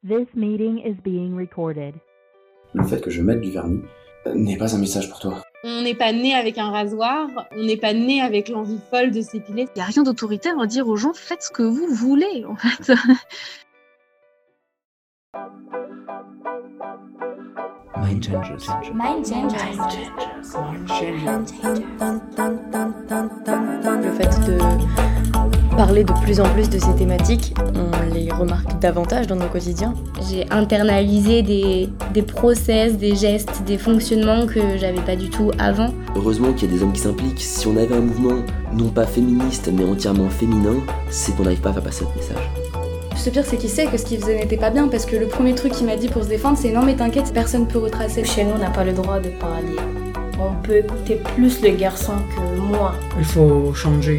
This meeting is being recorded. Le fait que je mette du vernis n'est pas un message pour toi. On n'est pas né avec un rasoir, on n'est pas né avec l'envie folle de s'épiler. Il n'y a rien d'autoritaire à dire aux gens, faites ce que vous voulez, en fait. Mind changers. Le fait de parler de plus en plus de ces thématiques, on les remarque davantage dans nos quotidiens. J'ai internalisé des process, des gestes, des fonctionnements que j'avais pas du tout avant. Heureusement qu'il y a des hommes qui s'impliquent. Si on avait un mouvement non pas féministe mais entièrement féminin, c'est qu'on n'arrive pas à faire passer notre message. Le pire, c'est qu'il sait que ce qu'il faisait n'était pas bien, parce que le premier truc qu'il m'a dit pour se défendre, c'est « Non mais t'inquiète, personne peut retracer ». Chez nous, on n'a pas le droit de parler. On peut écouter plus le garçon que moi. Il faut changer.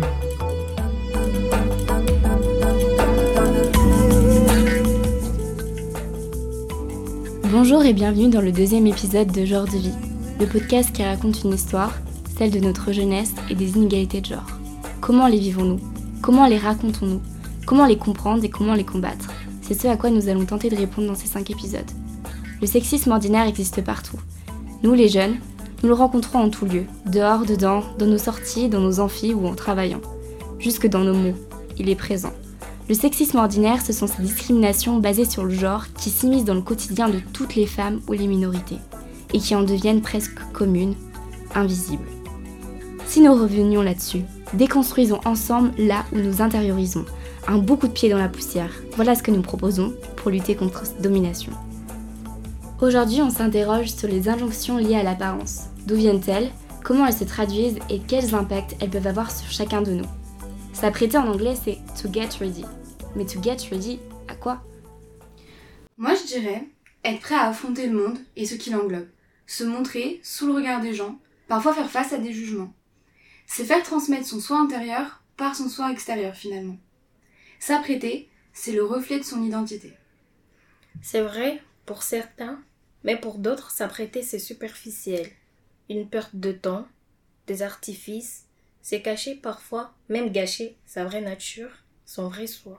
Bonjour et bienvenue dans le deuxième épisode de Genre de vie, le podcast qui raconte une histoire, celle de notre jeunesse et des inégalités de genre. Comment les vivons-nous ? Comment les racontons-nous ? Comment les comprendre et comment les combattre ? C'est ce à quoi nous allons tenter de répondre dans ces 5 épisodes. Le sexisme ordinaire existe partout. Nous, les jeunes, nous le rencontrons en tout lieu, dehors, dedans, dans nos sorties, dans nos amphis ou en travaillant. Jusque dans nos mots, il est présent. Le sexisme ordinaire, ce sont ces discriminations basées sur le genre qui s'immiscent dans le quotidien de toutes les femmes ou les minorités, et qui en deviennent presque communes, invisibles. Si nous revenions là-dessus, déconstruisons ensemble là où nous intériorisons, un bon coup de pied dans la poussière. Voilà ce que nous proposons pour lutter contre cette domination. Aujourd'hui, on s'interroge sur les injonctions liées à l'apparence. D'où viennent-elles ? Comment elles se traduisent et quels impacts elles peuvent avoir sur chacun de nous ? S'apprêter en anglais, c'est to get ready. Mais to get ready, à quoi ? Moi, je dirais être prêt à affronter le monde et ce qui l'englobe. Se montrer sous le regard des gens, parfois faire face à des jugements. C'est faire transmettre son soi intérieur par son soi extérieur, finalement. S'apprêter, c'est le reflet de son identité. C'est vrai pour certains, mais pour d'autres, s'apprêter c'est superficiel. Une perte de temps, des artifices, c'est cacher parfois, même gâcher sa vraie nature, son vrai soi.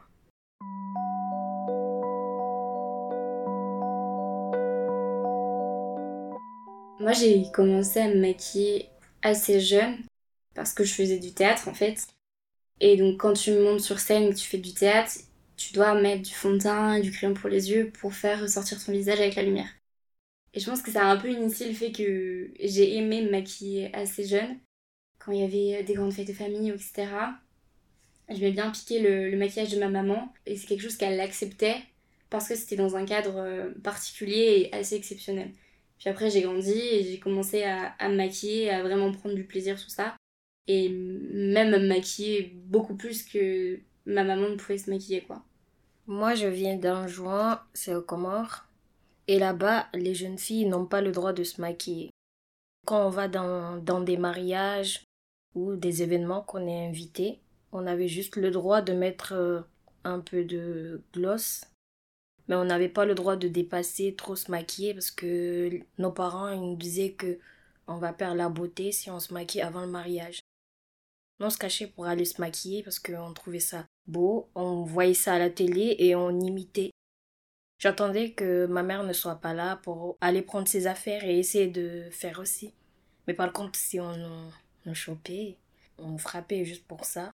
Moi, j'ai commencé à me maquiller assez jeune, parce que je faisais du théâtre en fait. Et donc quand tu montes sur scène et que tu fais du théâtre, tu dois mettre du fond de teint et du crayon pour les yeux pour faire ressortir ton visage avec la lumière. Et je pense que ça a un peu initié le fait que j'ai aimé me maquiller assez jeune, quand il y avait des grandes fêtes de famille, etc. Je m'ai bien piqué le maquillage de ma maman, et c'est quelque chose qu'elle acceptait, parce que c'était dans un cadre particulier et assez exceptionnel. Puis après j'ai grandi et j'ai commencé à me maquiller, à vraiment prendre du plaisir sur ça. Et même à me maquiller beaucoup plus que ma maman ne pouvait se maquiller, quoi. Moi, je viens d'Anjouan, c'est aux Comores. Et là-bas, les jeunes filles n'ont pas le droit de se maquiller. Quand on va dans des mariages ou des événements qu'on est invité, on avait juste le droit de mettre un peu de gloss. Mais on n'avait pas le droit de dépasser, trop se maquiller, parce que nos parents ils nous disaient que on va perdre la beauté si on se maquille avant le mariage. On se cachait pour aller se maquiller parce qu'on trouvait ça beau, on voyait ça à la télé et on imitait. J'attendais que ma mère ne soit pas là pour aller prendre ses affaires et essayer de faire aussi. Mais par contre, si on nous chopait, on frappait juste pour ça.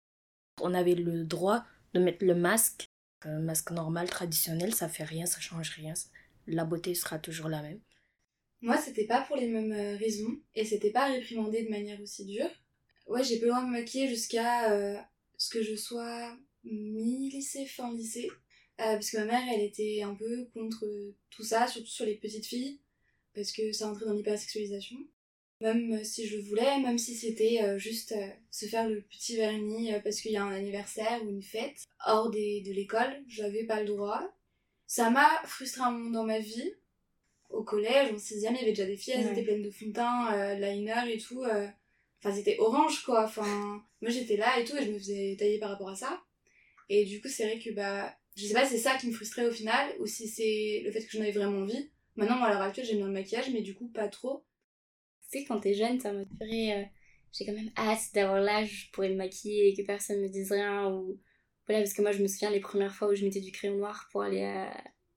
On avait le droit de mettre le masque. Un masque normal, traditionnel, ça fait rien, ça change rien. La beauté sera toujours la même. Moi, c'était pas pour les mêmes raisons, et c'était pas réprimandé de manière aussi dure. Ouais, j'ai pas le droit de me maquiller jusqu'à ce que je sois mi-lycée, fin lycée. Parce que ma mère, elle était un peu contre tout ça, surtout sur les petites filles, parce que ça entrait dans l'hypersexualisation. Même si je le voulais, même si c'était juste se faire le petit vernis parce qu'il y a un anniversaire ou une fête, hors de l'école, j'avais pas le droit. Ça m'a frustrée un moment dans ma vie. Au collège, en 6ème, il y avait déjà des filles, elles étaient pleines de fond de teint, liner et tout. Enfin, c'était orange, quoi. Enfin, moi, j'étais là et tout, et je me faisais tailler par rapport à ça. Et du coup, c'est vrai que, je sais pas si c'est ça qui me frustrait au final, ou si c'est le fait que j'en avais vraiment envie. Maintenant, moi, à l'heure actuelle, j'aime bien le maquillage, mais du coup, pas trop. Tu sais, quand t'es jeune, t'es en mode purée, j'ai quand même hâte d'avoir l'âge pour me maquiller et que personne me dise rien, ou... Voilà, parce que moi, je me souviens les premières fois où je mettais du crayon noir pour aller à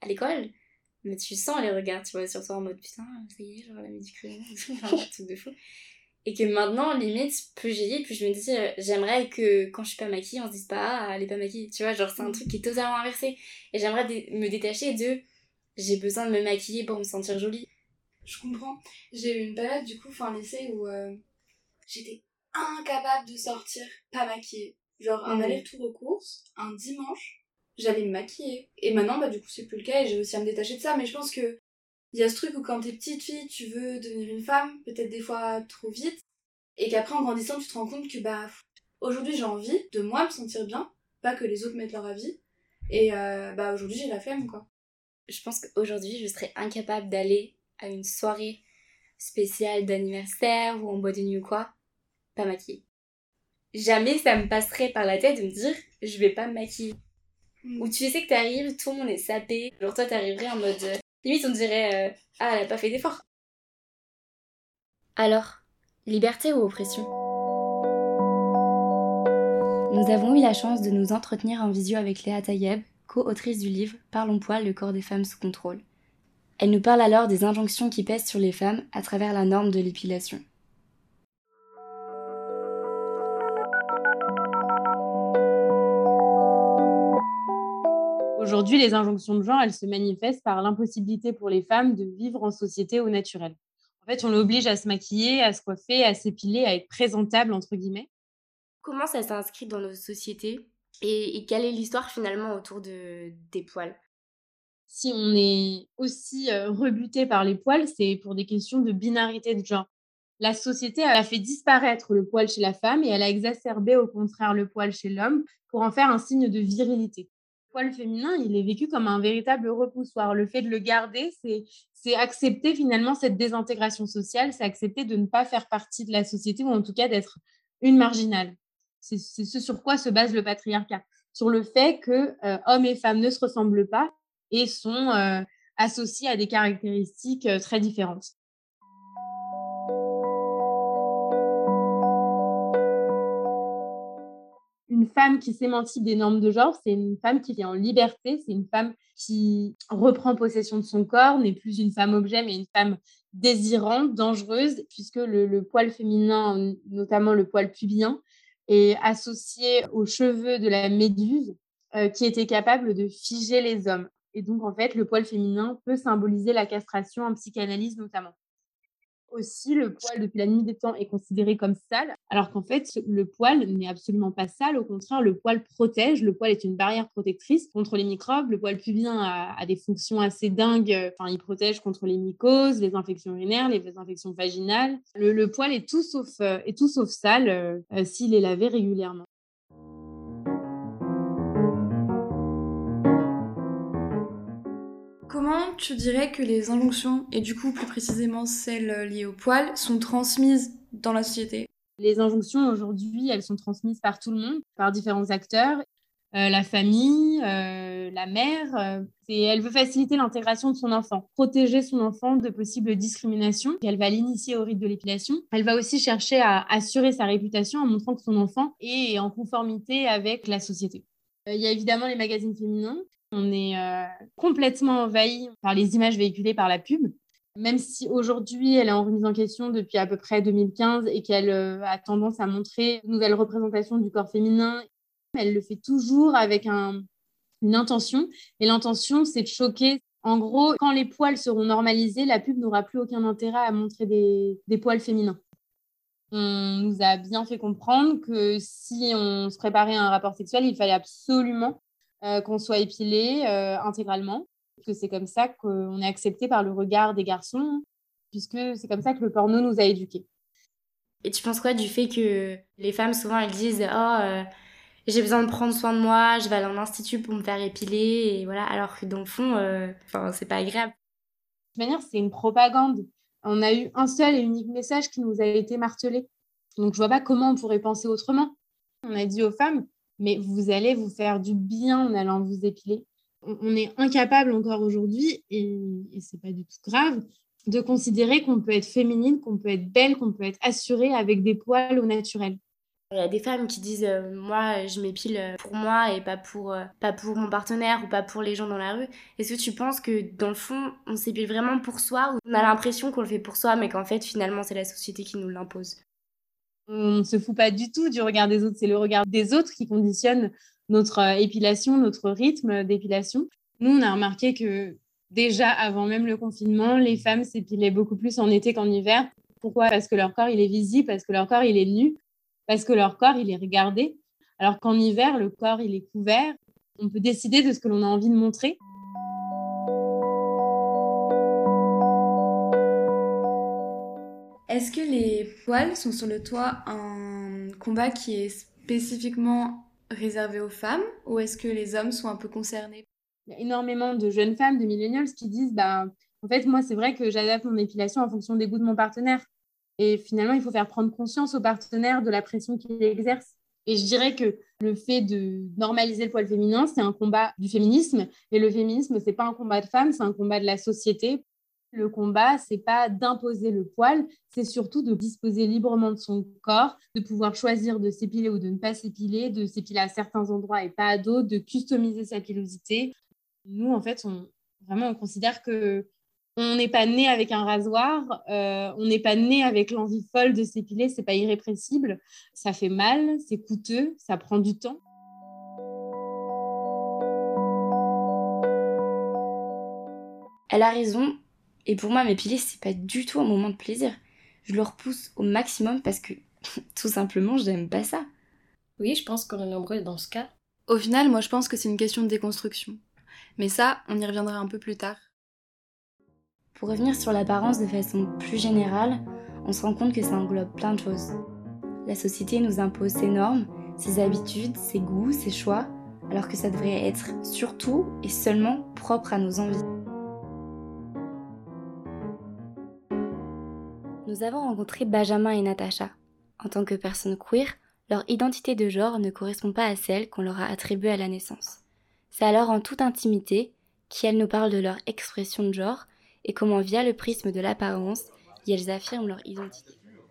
à l'école, mais tu sens les regards, tu vois, sur toi en mode putain, ça y est, genre elle a mis du crayon, enfin, un truc de fou. Et que maintenant, limite, plus j'y ai, plus je me dis, j'aimerais que quand je suis pas maquillée, on se dise pas, ah, elle est pas maquillée, tu vois, genre c'est un truc qui est totalement inversé. Et j'aimerais me détacher de, j'ai besoin de me maquiller pour me sentir jolie. Je comprends. J'ai eu une période, du coup, fin lycée, où j'étais incapable de sortir pas maquillée. Genre, un aller-retour aux courses, un dimanche, j'allais me maquiller. Et maintenant, bah, du coup, c'est plus le cas et j'ai aussi à me détacher de ça. Mais je pense que il y a ce truc où quand t'es petite fille, tu veux devenir une femme, peut-être des fois trop vite. Et qu'après, en grandissant, tu te rends compte que, bah, aujourd'hui, j'ai envie de moi me sentir bien, pas que les autres mettent leur avis. Et bah, aujourd'hui, j'ai la flemme, quoi. Je pense qu'aujourd'hui, je serais incapable d'aller à une soirée spéciale d'anniversaire ou en boîte de nuit ou quoi, pas maquillée. Jamais ça me passerait par la tête de me dire je vais pas me maquiller. Ou tu sais que t'arrives, tout le monde est sapé, genre toi t'arriverais en mode limite on dirait ah elle a pas fait d'effort. Alors, liberté ou oppression? Nous avons eu la chance de nous entretenir en visio avec Léa Tayeb, co-autrice du livre Parlons poil, le corps des femmes sous contrôle. Elle nous parle alors des injonctions qui pèsent sur les femmes à travers la norme de l'épilation. Aujourd'hui, les injonctions de genre, elles se manifestent par l'impossibilité pour les femmes de vivre en société au naturel. En fait, on l'oblige à se maquiller, à se coiffer, à s'épiler, à être présentable, entre guillemets. Comment ça s'inscrit dans nos sociétés et quelle est l'histoire finalement autour des poils? Si on est aussi rebuté par les poils, c'est pour des questions de binarité de genre. La société a fait disparaître le poil chez la femme et elle a exacerbé au contraire le poil chez l'homme pour en faire un signe de virilité. Le poil féminin, il est vécu comme un véritable repoussoir. Le fait de le garder, c'est accepter finalement cette désintégration sociale, c'est accepter de ne pas faire partie de la société ou en tout cas d'être une marginale. C'est ce sur quoi se base le patriarcat, sur le fait que hommes et femmes ne se ressemblent pas et sont associés à des caractéristiques très différentes. Une femme qui s'émancipe des normes de genre, c'est une femme qui est en liberté, c'est une femme qui reprend possession de son corps, n'est plus une femme objet, mais une femme désirante, dangereuse, puisque le poil féminin, notamment le poil pubien, est associé aux cheveux de la méduse qui était capable de figer les hommes. Et donc, en fait, le poil féminin peut symboliser la castration en psychanalyse notamment. Aussi, le poil, depuis la nuit des temps, est considéré comme sale, alors qu'en fait, le poil n'est absolument pas sale. Au contraire, le poil protège. Le poil est une barrière protectrice contre les microbes. Le poil pubien a des fonctions assez dingues. Enfin, il protège contre les mycoses, les infections urinaires, les infections vaginales. Le poil est tout sauf sale s'il est lavé régulièrement. Comment tu dirais que les injonctions, et du coup plus précisément celles liées au poil, sont transmises dans la société? Les injonctions aujourd'hui, elles sont transmises par tout le monde, par différents acteurs. La famille, la mère, elle veut faciliter l'intégration de son enfant, protéger son enfant de possibles discriminations. Elle va l'initier au rite de l'épilation. Elle va aussi chercher à assurer sa réputation en montrant que son enfant est en conformité avec la société. Il y a évidemment les magazines féminins. On est complètement envahi par les images véhiculées par la pub. Même si aujourd'hui, elle est en remise en question depuis à peu près 2015 et qu'elle a tendance à montrer une nouvelle représentation du corps féminin, elle le fait toujours avec une intention. Et l'intention, c'est de choquer. En gros, quand les poils seront normalisés, la pub n'aura plus aucun intérêt à montrer des poils féminins. On nous a bien fait comprendre que si on se préparait à un rapport sexuel, il fallait absolument qu'on soit épilé intégralement. Que c'est comme ça qu'on est accepté par le regard des garçons, puisque c'est comme ça que le porno nous a éduqués. Et tu penses quoi du fait que les femmes, souvent, elles disent « Oh, j'ai besoin de prendre soin de moi, je vais aller en institut pour me faire épiler, et voilà », alors que dans le fond, c'est pas agréable. De toute manière, c'est une propagande. On a eu un seul et unique message qui nous a été martelé. Donc, je vois pas comment on pourrait penser autrement. On a dit aux femmes, mais vous allez vous faire du bien en allant vous épiler. On est incapable encore aujourd'hui, et c'est pas du tout grave, de considérer qu'on peut être féminine, qu'on peut être belle, qu'on peut être assurée avec des poils au naturel. Il y a des femmes qui disent moi je m'épile pour moi et pas pour mon partenaire ou pas pour les gens dans la rue. Est-ce que tu penses que dans le fond on s'épile vraiment pour soi ou on a l'impression qu'on le fait pour soi mais qu'en fait finalement c'est la société qui nous l'impose? On ne se fout pas du tout du regard des autres, c'est le regard des autres qui conditionne notre épilation, notre rythme d'épilation. Nous on a remarqué que déjà avant même le confinement, les femmes s'épilaient beaucoup plus en été qu'en hiver. Pourquoi ? Parce que leur corps il est visible, parce que leur corps il est nu. Parce que leur corps, il est regardé, alors qu'en hiver, le corps, il est couvert. On peut décider de ce que l'on a envie de montrer. Est-ce que les poils sont sur le toit un combat qui est spécifiquement réservé aux femmes ou est-ce que les hommes sont un peu concernés ? Il y a énormément de jeunes femmes, de millennials qui disent en fait, moi, c'est vrai que j'adapte mon épilation en fonction des goûts de mon partenaire. Et finalement, il faut faire prendre conscience au partenaire de la pression qu'il exerce. Et je dirais que le fait de normaliser le poil féminin, c'est un combat du féminisme. Et le féminisme, ce n'est pas un combat de femmes, c'est un combat de la société. Le combat, ce n'est pas d'imposer le poil, c'est surtout de disposer librement de son corps, de pouvoir choisir de s'épiler ou de ne pas s'épiler, de s'épiler à certains endroits et pas à d'autres, de customiser sa pilosité. Nous, en fait, on considère que on n'est pas né avec un rasoir, on n'est pas né avec l'envie folle de s'épiler, c'est pas irrépressible, ça fait mal, c'est coûteux, ça prend du temps. Elle a raison, et pour moi m'épiler c'est pas du tout un moment de plaisir. Je le repousse au maximum parce que tout simplement je n'aime pas ça. Oui, je pense qu'on est nombreux dans ce cas. Au final, moi je pense que c'est une question de déconstruction. Mais ça, on y reviendra un peu plus tard. Pour revenir sur l'apparence de façon plus générale, on se rend compte que ça englobe plein de choses. La société nous impose ses normes, ses habitudes, ses goûts, ses choix, alors que ça devrait être surtout et seulement propre à nos envies. Nous avons rencontré Benjamin et Natacha. En tant que personnes queer, leur identité de genre ne correspond pas à celle qu'on leur a attribuée à la naissance. C'est alors en toute intimité qu'elles nous parlent de leur expression de genre et comment, via le prisme de l'apparence, elles affirment leur identité.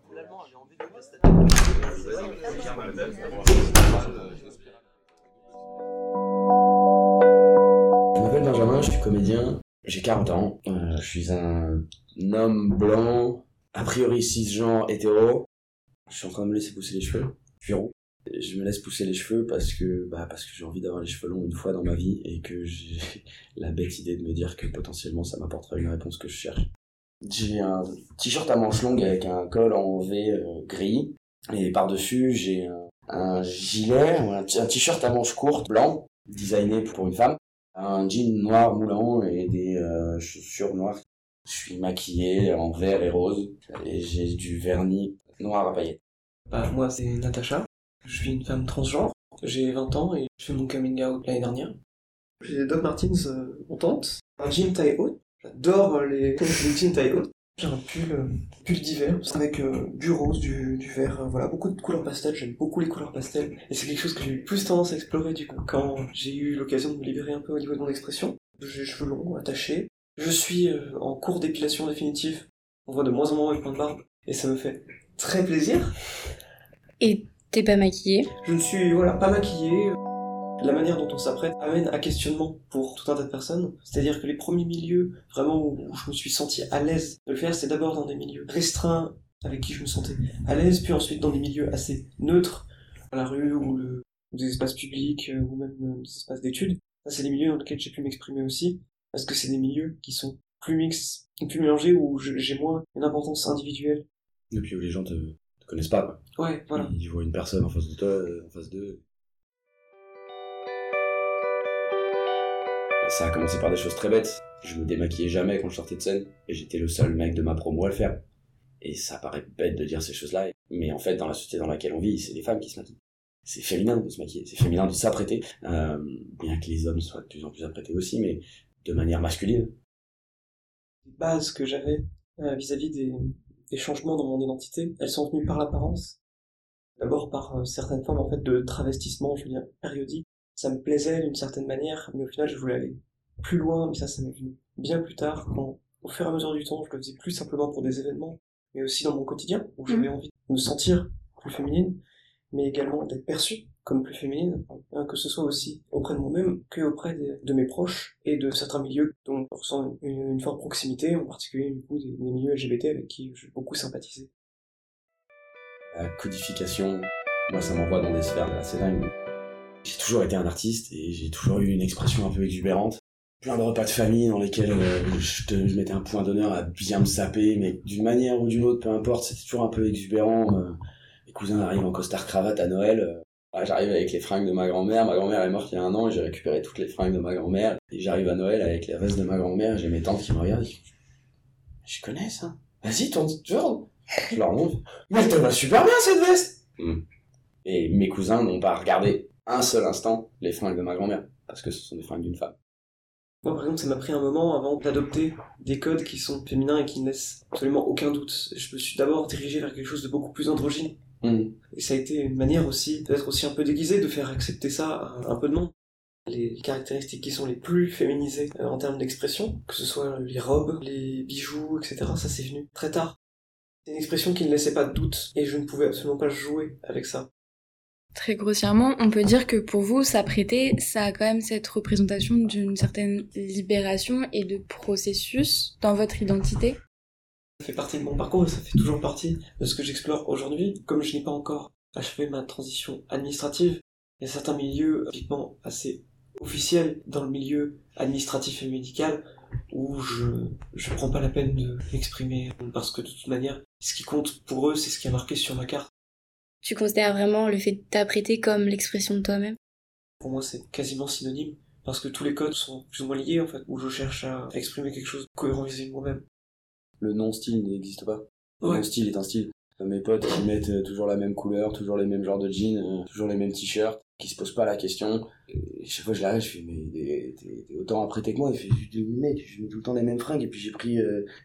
Je m'appelle Benjamin, je suis comédien, j'ai 40 ans, je suis un homme blanc, a priori cisgenre, hétéro. Je suis en train de me laisser pousser les cheveux, je suis roux. Je me laisse pousser les cheveux parce que j'ai envie d'avoir les cheveux longs une fois dans ma vie et que j'ai la bête idée de me dire que potentiellement ça m'apporterait une réponse que je cherche. J'ai un t-shirt à manches longues avec un col en V gris et par-dessus j'ai un gilet, un t-shirt à manches courtes blanc, designé pour une femme, un jean noir moulant et des chaussures noires. Je suis maquillé en vert et rose et j'ai du vernis noir à paillettes. Moi c'est Natacha. Je suis une femme transgenre, j'ai 20 ans et je fais mon coming out l'année dernière. J'ai des Doc Martens montantes, un jean taille haute, j'adore les jeans taille haute. J'ai un pull d'hiver avec du rose, du vert, voilà, beaucoup de couleurs pastel, j'aime beaucoup les couleurs pastel. Et c'est quelque chose que j'ai eu plus tendance à explorer du coup quand j'ai eu l'occasion de me libérer un peu au niveau de mon expression. J'ai les cheveux longs, attachés. Je suis en cours d'épilation définitive, on voit de moins en moins mes points de barbe et ça me fait très plaisir. Et t'es pas maquillée? Je ne suis pas maquillée. La manière dont on s'apprête amène à questionnement pour tout un tas de personnes. C'est-à-dire que les premiers milieux vraiment où je me suis senti à l'aise de le faire, c'est d'abord dans des milieux restreints avec qui je me sentais à l'aise, puis ensuite dans des milieux assez neutres, à la rue ou des espaces publics ou même des espaces d'études. Ça, c'est des milieux dans lesquels j'ai pu m'exprimer aussi, parce que c'est des milieux qui sont plus mixtes, plus mélangés, où j'ai moins une importance individuelle. Et puis où les gens te connaissent pas, quoi. Ouais, voilà. Ils voient une personne en face de toi, en face d'eux. Ça a commencé par des choses très bêtes. Je me démaquillais jamais quand je sortais de scène, et j'étais le seul mec de ma promo à le faire. Et ça paraît bête de dire ces choses-là, mais en fait, dans la société dans laquelle on vit, c'est les femmes qui se maquillent. C'est féminin de se maquiller, c'est féminin de s'apprêter, bien que les hommes soient de plus en plus apprêtés aussi, mais de manière masculine. Les bases que j'avais vis-à-vis des changements dans mon identité, elles sont venues par l'apparence. D'abord par certaines formes en fait de travestissement, je veux dire, périodique. Ça me plaisait d'une certaine manière, mais au final je voulais aller plus loin, mais ça m'est venu bien plus tard, quand au fur et à mesure du temps, je le faisais plus simplement pour des événements, mais aussi dans mon quotidien, où j'avais envie de me sentir plus féminine, mais également d'être perçue comme plus féminine, hein, que ce soit aussi auprès de moi-même que auprès de mes proches et de certains milieux dont on ressent une forte proximité, en particulier du coup des milieux LGBT avec qui j'ai beaucoup sympathisé. La codification, moi ça m'envoie dans des sphères assez dingues. J'ai toujours été un artiste et j'ai toujours eu une expression un peu exubérante. Plein de repas de famille dans lesquels je mettais un point d'honneur à bien me saper, mais d'une manière ou d'une autre, peu importe, c'était toujours un peu exubérant. Mes cousins arrivent en costard-cravate à Noël. J'arrive avec les fringues de ma grand-mère. Ma grand-mère est morte il y a 1 an et j'ai récupéré toutes les fringues de ma grand-mère. Et j'arrive à Noël avec les vestes de ma grand-mère. J'ai mes tantes qui me regardent et qui me disent « Je connais ça. Vas-y, tourne. » Je leur montre. « Mais elle te va super bien cette veste !» Et mes cousins n'ont pas regardé un seul instant les fringues de ma grand-mère, parce que ce sont des fringues d'une femme. Moi, par exemple, ça m'a pris un moment avant d'adopter des codes qui sont féminins et qui ne laissent absolument aucun doute. Je me suis d'abord dirigé vers quelque chose de beaucoup plus androgyne. Et ça a été une manière aussi, peut-être aussi un peu déguisée, de faire accepter ça à un peu de monde. Les caractéristiques qui sont les plus féminisées en termes d'expression, que ce soit les robes, les bijoux, etc., ça c'est venu très tard. C'est une expression qui ne laissait pas de doute, et je ne pouvais absolument pas jouer avec ça. Très grossièrement, on peut dire que pour vous, s'apprêter, ça a quand même cette représentation d'une certaine libération et de processus dans votre identité. Ça fait partie de mon parcours et ça fait toujours partie de ce que j'explore aujourd'hui. Comme je n'ai pas encore achevé ma transition administrative, il y a certains milieux typiquement assez officiels dans le milieu administratif et médical où je prends pas la peine de m'exprimer parce que de toute manière, ce qui compte pour eux, c'est ce qui est marqué sur ma carte. Tu considères vraiment le fait de t'apprêter comme l'expression de toi-même ? Pour moi, c'est quasiment synonyme, parce que tous les codes sont plus ou moins liés, en fait, où je cherche à exprimer quelque chose de cohérent vis-à-vis de moi-même. Le non-style n'existe pas. Le Ouais. non-style est un style. Mes potes qui mettent toujours la même couleur, toujours les mêmes genres de jeans, toujours les mêmes t-shirts, qui se posent pas la question. Et chaque fois que je l'arrête, je fais, mais t'es autant apprêté que moi. Il fait, mec, je mets tout le temps les mêmes fringues, et puis j'ai pris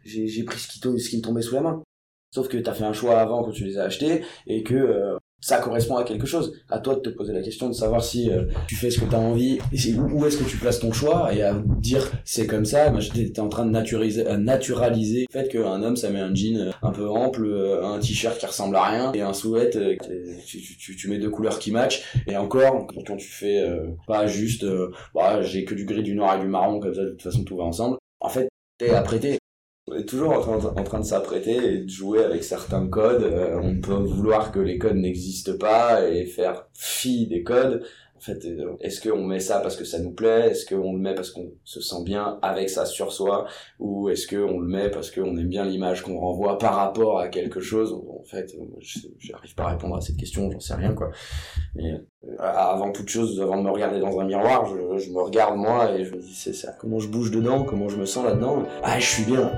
ce qui me tombait sous la main. Sauf que t'as fait un choix avant quand tu les as achetés, et que ça correspond à quelque chose. À toi de te poser la question de savoir si tu fais ce que t'as envie, et où est-ce que tu places ton choix, et à dire c'est comme ça. Moi, j'étais en train de naturaliser le fait qu'un homme ça met un jean un peu ample, un t-shirt qui ressemble à rien, et un sweat, tu mets 2 couleurs qui matchent, et encore, quand tu fais pas juste j'ai que du gris, du noir et du marron, comme ça de toute façon tout va ensemble. En fait, t'es apprêté. On est toujours en train de s'apprêter et de jouer avec certains codes. On peut vouloir que les codes n'existent pas et faire fi des codes. En fait, est-ce qu'on met ça parce que ça nous plaît ? Est-ce qu'on le met parce qu'on se sent bien avec ça sur soi ? Ou est-ce qu'on le met parce qu'on aime bien l'image qu'on renvoie par rapport à quelque chose ? En fait, j'arrive pas à répondre à cette question, j'en sais rien, quoi. Mais avant toute chose, avant de me regarder dans un miroir, je me regarde moi et je me dis c'est ça. Comment je bouge dedans ? Comment je me sens là-dedans ? Ah, je suis bien.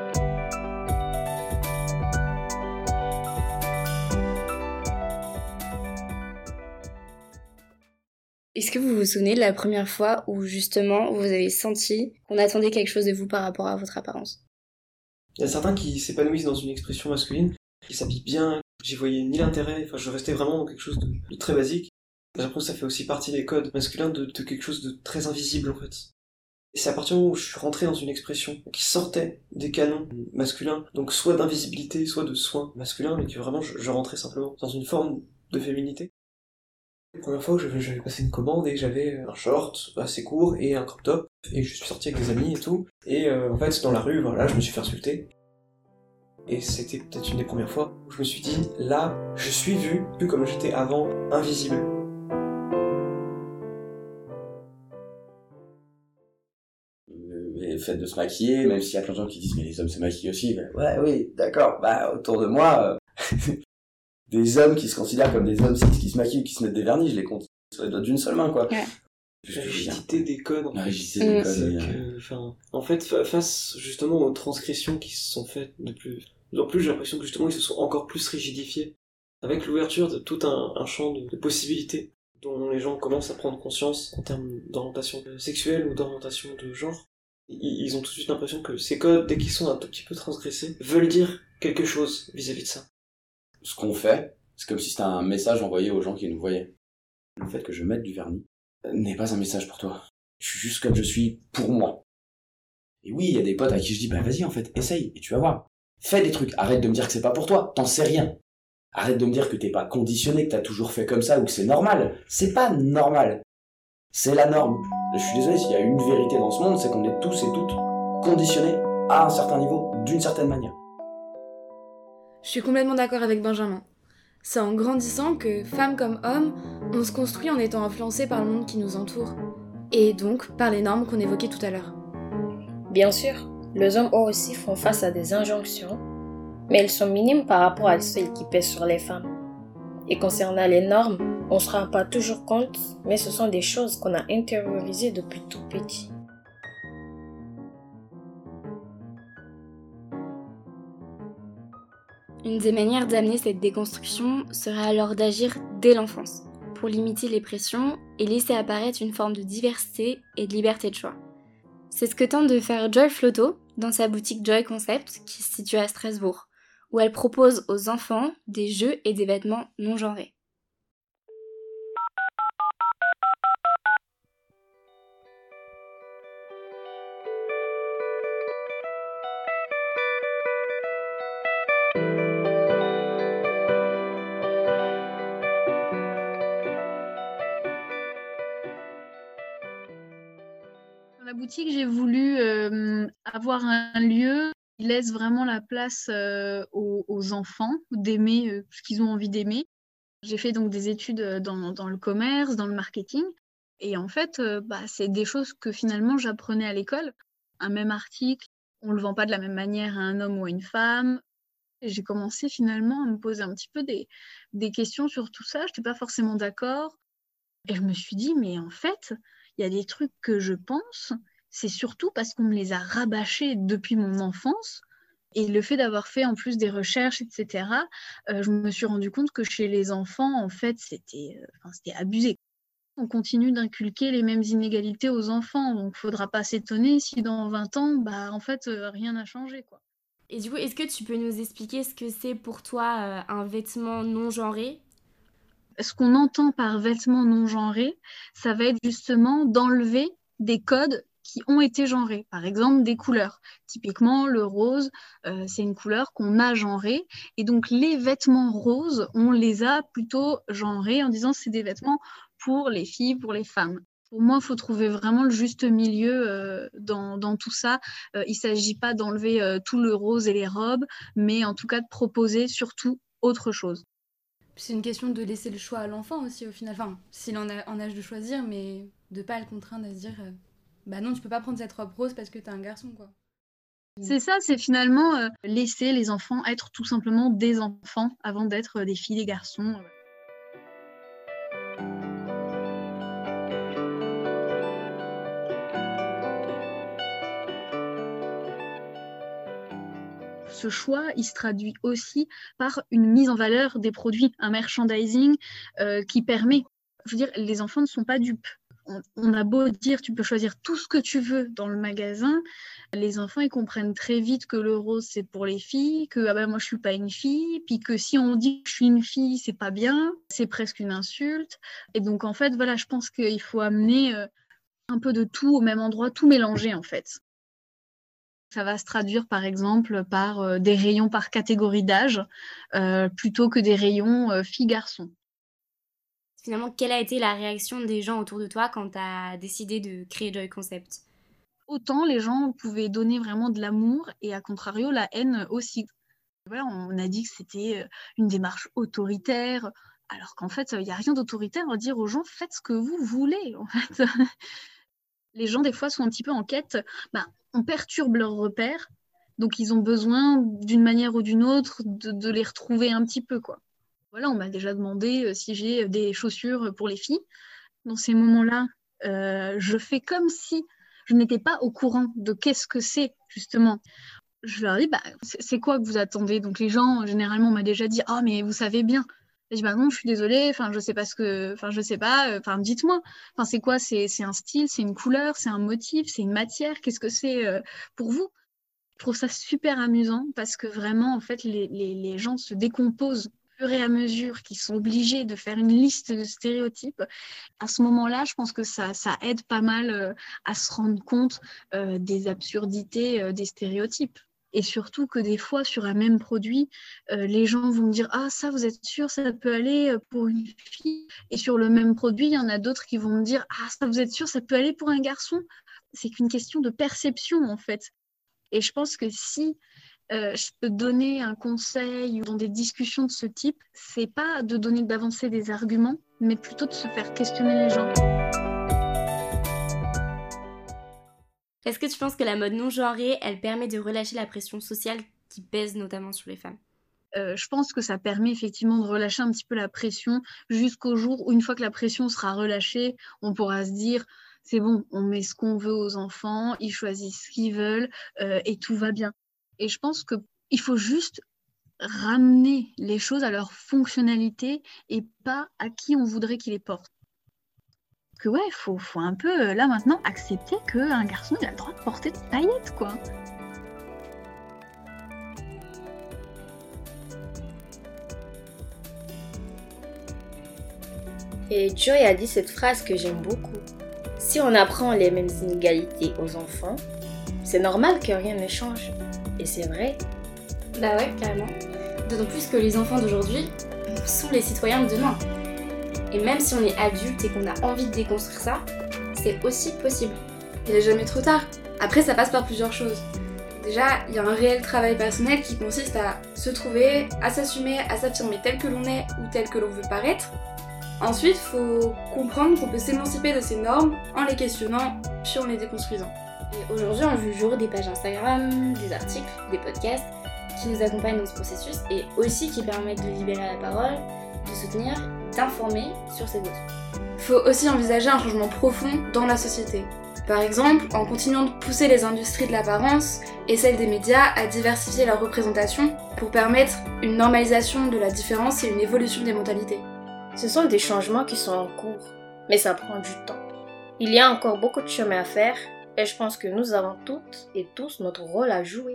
Est-ce que vous vous souvenez de la première fois où justement vous avez senti qu'on attendait quelque chose de vous par rapport à votre apparence ? Il y a certains qui s'épanouissent dans une expression masculine, qui s'habillent bien, j'y voyais ni l'intérêt, enfin je restais vraiment dans quelque chose de très basique. J'ai l'impression que ça fait aussi partie des codes masculins de quelque chose de très invisible en fait. Et c'est à partir du moment où je suis rentré dans une expression qui sortait des canons masculins, donc soit d'invisibilité, soit de soins masculins, mais que vraiment je rentrais simplement dans une forme de féminité. La première fois où j'avais passé une commande et j'avais un short assez court et un crop top, et je suis sorti avec des amis et tout, et en fait dans la rue, voilà, je me suis fait insulter. Et c'était peut-être une des premières fois où je me suis dit, là, je suis vu comme j'étais avant, invisible. Le fait de se maquiller, même s'il y a plein de gens qui disent mais les hommes se maquillent aussi, ouais, oui, d'accord, autour de moi, des hommes qui se considèrent comme des hommes cis qui se maquillent ou qui se mettent des vernis, je les compte sur les doigts d'une seule main, quoi. Ouais. La rigidité des codes. La rigidité des codes. En fait, face justement aux transgressions qui se sont faites de plus en plus, j'ai l'impression que justement ils se sont encore plus rigidifiés, avec l'ouverture de tout un champ de possibilités dont les gens commencent à prendre conscience en termes d'orientation sexuelle ou d'orientation de genre. Ils ont tout de suite l'impression que ces codes, dès qu'ils sont un tout petit peu transgressés, veulent dire quelque chose vis-à-vis de ça. Ce qu'on fait, c'est comme si c'était un message envoyé aux gens qui nous voyaient. Le fait que je mette du vernis n'est pas un message pour toi. Je suis juste comme je suis pour moi. Et oui, il y a des potes à qui je dis, vas-y en fait, essaye, et tu vas voir. Fais des trucs, arrête de me dire que c'est pas pour toi, t'en sais rien. Arrête de me dire que t'es pas conditionné, que t'as toujours fait comme ça ou que c'est normal. C'est pas normal. C'est la norme. Je suis désolé, s'il y a une vérité dans ce monde, c'est qu'on est tous et toutes conditionnés à un certain niveau, d'une certaine manière. Je suis complètement d'accord avec Benjamin. C'est en grandissant que, femmes comme hommes, on se construit en étant influencés par le monde qui nous entoure. Et donc par les normes qu'on évoquait tout à l'heure. Bien sûr, les hommes eux aussi font face à des injonctions, mais elles sont minimes par rapport à celles qui pèsent sur les femmes. Et concernant les normes, on ne se rend pas toujours compte, mais ce sont des choses qu'on a intériorisées depuis tout petit. Une des manières d'amener cette déconstruction serait alors d'agir dès l'enfance, pour limiter les pressions et laisser apparaître une forme de diversité et de liberté de choix. C'est ce que tente de faire Joy Flotto dans sa boutique Joy Concept qui se situe à Strasbourg, où elle propose aux enfants des jeux et des vêtements non genrés. Dans la boutique, j'ai voulu avoir un lieu qui laisse vraiment la place aux enfants d'aimer ce qu'ils ont envie d'aimer. J'ai fait donc des études dans le commerce, dans le marketing. Et en fait, c'est des choses que finalement j'apprenais à l'école. Un même article, on ne le vend pas de la même manière à un homme ou à une femme. Et j'ai commencé finalement à me poser un petit peu des questions sur tout ça. Je n'étais pas forcément d'accord. Et je me suis dit, mais en fait, il y a des trucs que je pense, c'est surtout parce qu'on me les a rabâchés depuis mon enfance. Et le fait d'avoir fait en plus des recherches, etc., je me suis rendu compte que chez les enfants, en fait, c'était abusé. On continue d'inculquer les mêmes inégalités aux enfants, donc il ne faudra pas s'étonner si dans 20 ans, rien n'a changé, quoi. Et du coup, est-ce que tu peux nous expliquer ce que c'est pour toi un vêtement non genré ? Ce qu'on entend par vêtements non genrés, ça va être justement d'enlever des codes qui ont été genrés. Par exemple, des couleurs. Typiquement, le rose, c'est une couleur qu'on a genrée. Et donc, les vêtements roses, on les a plutôt genrés en disant que c'est des vêtements pour les filles, pour les femmes. Pour moi, il faut trouver vraiment le juste milieu dans tout ça. Il ne s'agit pas d'enlever tout le rose et les robes, mais en tout cas de proposer surtout autre chose. C'est une question de laisser le choix à l'enfant aussi au final. Enfin, s'il en a en âge de choisir, mais de pas le contraindre à se dire non, tu peux pas prendre cette robe rose parce que t'es un garçon, quoi. C'est ça, c'est finalement laisser les enfants être tout simplement des enfants avant d'être des filles, des garçons. Ce choix, il se traduit aussi par une mise en valeur des produits, un merchandising qui permet... Je veux dire, les enfants ne sont pas dupes. On a beau dire, tu peux choisir tout ce que tu veux dans le magasin, les enfants, ils comprennent très vite que le rose, c'est pour les filles, que moi, je suis pas une fille, puis que si on dit que je suis une fille, c'est pas bien, c'est presque une insulte. Et donc, en fait, voilà, je pense qu'il faut amener un peu de tout au même endroit, tout mélanger, en fait. Ça va se traduire, par exemple, par des rayons par catégorie d'âge, plutôt que des rayons filles-garçons. Finalement, quelle a été la réaction des gens autour de toi quand tu as décidé de créer Joy Concept ? Autant les gens pouvaient donner vraiment de l'amour et à contrario, la haine aussi. Voilà, on a dit que c'était une démarche autoritaire, alors qu'en fait, il n'y a rien d'autoritaire à dire aux gens « faites ce que vous voulez ». En fait. Les gens, des fois, sont un petit peu en quête, on perturbe leurs repères, donc ils ont besoin, d'une manière ou d'une autre, de les retrouver un petit peu, quoi. Voilà, on m'a déjà demandé si j'ai des chaussures pour les filles. Dans ces moments-là, je fais comme si je n'étais pas au courant de qu'est-ce que c'est, justement. Je leur dis, c'est quoi que vous attendez ? Donc les gens, généralement, on m'a déjà dit, ah, mais vous savez bien. Je dis, non, je suis désolée, je sais pas dites-moi. C'est quoi ? C'est un style, c'est une couleur, c'est un motif, c'est une matière. Qu'est-ce que c'est pour vous ? Je trouve ça super amusant parce que vraiment, en fait, les gens se décomposent au fur et à mesure qu'ils sont obligés de faire une liste de stéréotypes. À ce moment-là, je pense que ça aide pas mal à se rendre compte des absurdités des stéréotypes. Et surtout que des fois, sur un même produit, les gens vont me dire « Ah, ça, vous êtes sûr, ça peut aller pour une fille ?» Et sur le même produit, il y en a d'autres qui vont me dire « Ah, ça, vous êtes sûr, ça peut aller pour un garçon ?» C'est qu'une question de perception, en fait. Et je pense que si je peux donner un conseil ou dans des discussions de ce type, c'est pas de donner d'avancer des arguments, mais plutôt de se faire questionner les gens. Est-ce que tu penses que la mode non genrée, elle permet de relâcher la pression sociale qui pèse notamment sur les femmes ? Je pense que ça permet effectivement de relâcher un petit peu la pression jusqu'au jour où, une fois que la pression sera relâchée, on pourra se dire « c'est bon, on met ce qu'on veut aux enfants, ils choisissent ce qu'ils veulent et tout va bien ». Et je pense qu'il faut juste ramener les choses à leur fonctionnalité et pas à qui on voudrait qu'ils les portent. Que ouais, faut un peu, là maintenant, accepter qu'un garçon, il a le droit de porter des paillettes, quoi. Et Joy a dit cette phrase que j'aime beaucoup. Si on apprend les mêmes inégalités aux enfants, c'est normal que rien ne change. Et c'est vrai. Bah ouais, carrément. D'autant plus que les enfants d'aujourd'hui sont les citoyens de demain. Et même si on est adulte et qu'on a envie de déconstruire ça, c'est aussi possible. Il n'est jamais trop tard. Après, ça passe par plusieurs choses. Déjà, il y a un réel travail personnel qui consiste à se trouver, à s'assumer, à s'affirmer tel que l'on est ou tel que l'on veut paraître. Ensuite, il faut comprendre qu'on peut s'émanciper de ces normes en les questionnant puis en les déconstruisant. Et aujourd'hui, on vit le jour des pages Instagram, des articles, des podcasts qui nous accompagnent dans ce processus et aussi qui permettent de libérer la parole, de soutenir, d'informer sur ces dossiers. Il faut aussi envisager un changement profond dans la société. Par exemple, en continuant de pousser les industries de l'apparence et celles des médias à diversifier leur représentation pour permettre une normalisation de la différence et une évolution des mentalités. Ce sont des changements qui sont en cours, mais ça prend du temps. Il y a encore beaucoup de chemin à faire et je pense que nous avons toutes et tous notre rôle à jouer.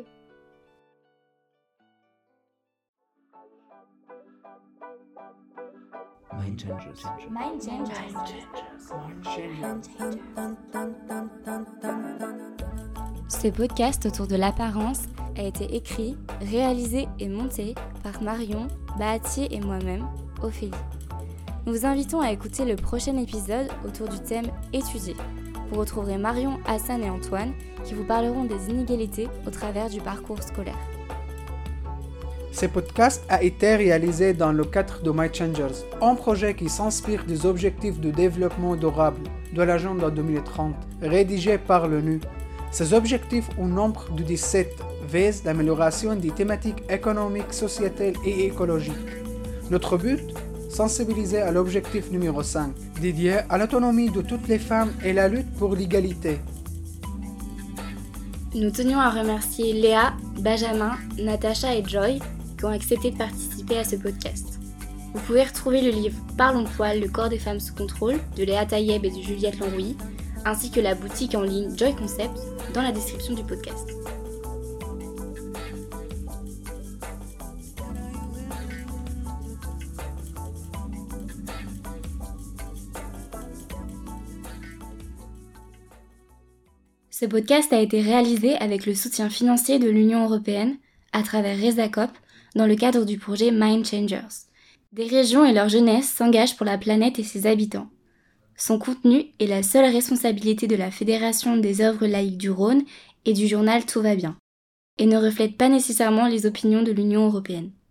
Mind Changers. Mind Changers. Ce podcast autour de l'apparence a été écrit, réalisé et monté par Marion, Bahati et moi-même, Ophélie. Nous vous invitons à écouter le prochain épisode autour du thème étudié. Vous retrouverez Marion, Hassan et Antoine qui vous parleront des inégalités au travers du parcours scolaire. Ce podcast a été réalisé dans le cadre de My Changers, un projet qui s'inspire des objectifs de développement durable de l'agenda 2030, rédigé par l'ONU. Ces objectifs, au nombre de 17, visent l'amélioration des thématiques économiques, sociétales et écologiques. Notre but ? Sensibiliser à l'objectif numéro 5, dédié à l'autonomie de toutes les femmes et la lutte pour l'égalité. Nous tenions à remercier Léa, Benjamin, Natacha et Joy qui ont accepté de participer à ce podcast. Vous pouvez retrouver le livre Parlons poil, le corps des femmes sous contrôle de Léa Taïeb et de Juliette Lanrouilly, ainsi que la boutique en ligne Joy Concept dans la description du podcast. Ce podcast a été réalisé avec le soutien financier de l'Union européenne à travers Resacop dans le cadre du projet Mind Changers. Des régions et leur jeunesse s'engagent pour la planète et ses habitants. Son contenu est la seule responsabilité de la Fédération des œuvres laïques du Rhône et du journal Tout va bien, et ne reflète pas nécessairement les opinions de l'Union européenne.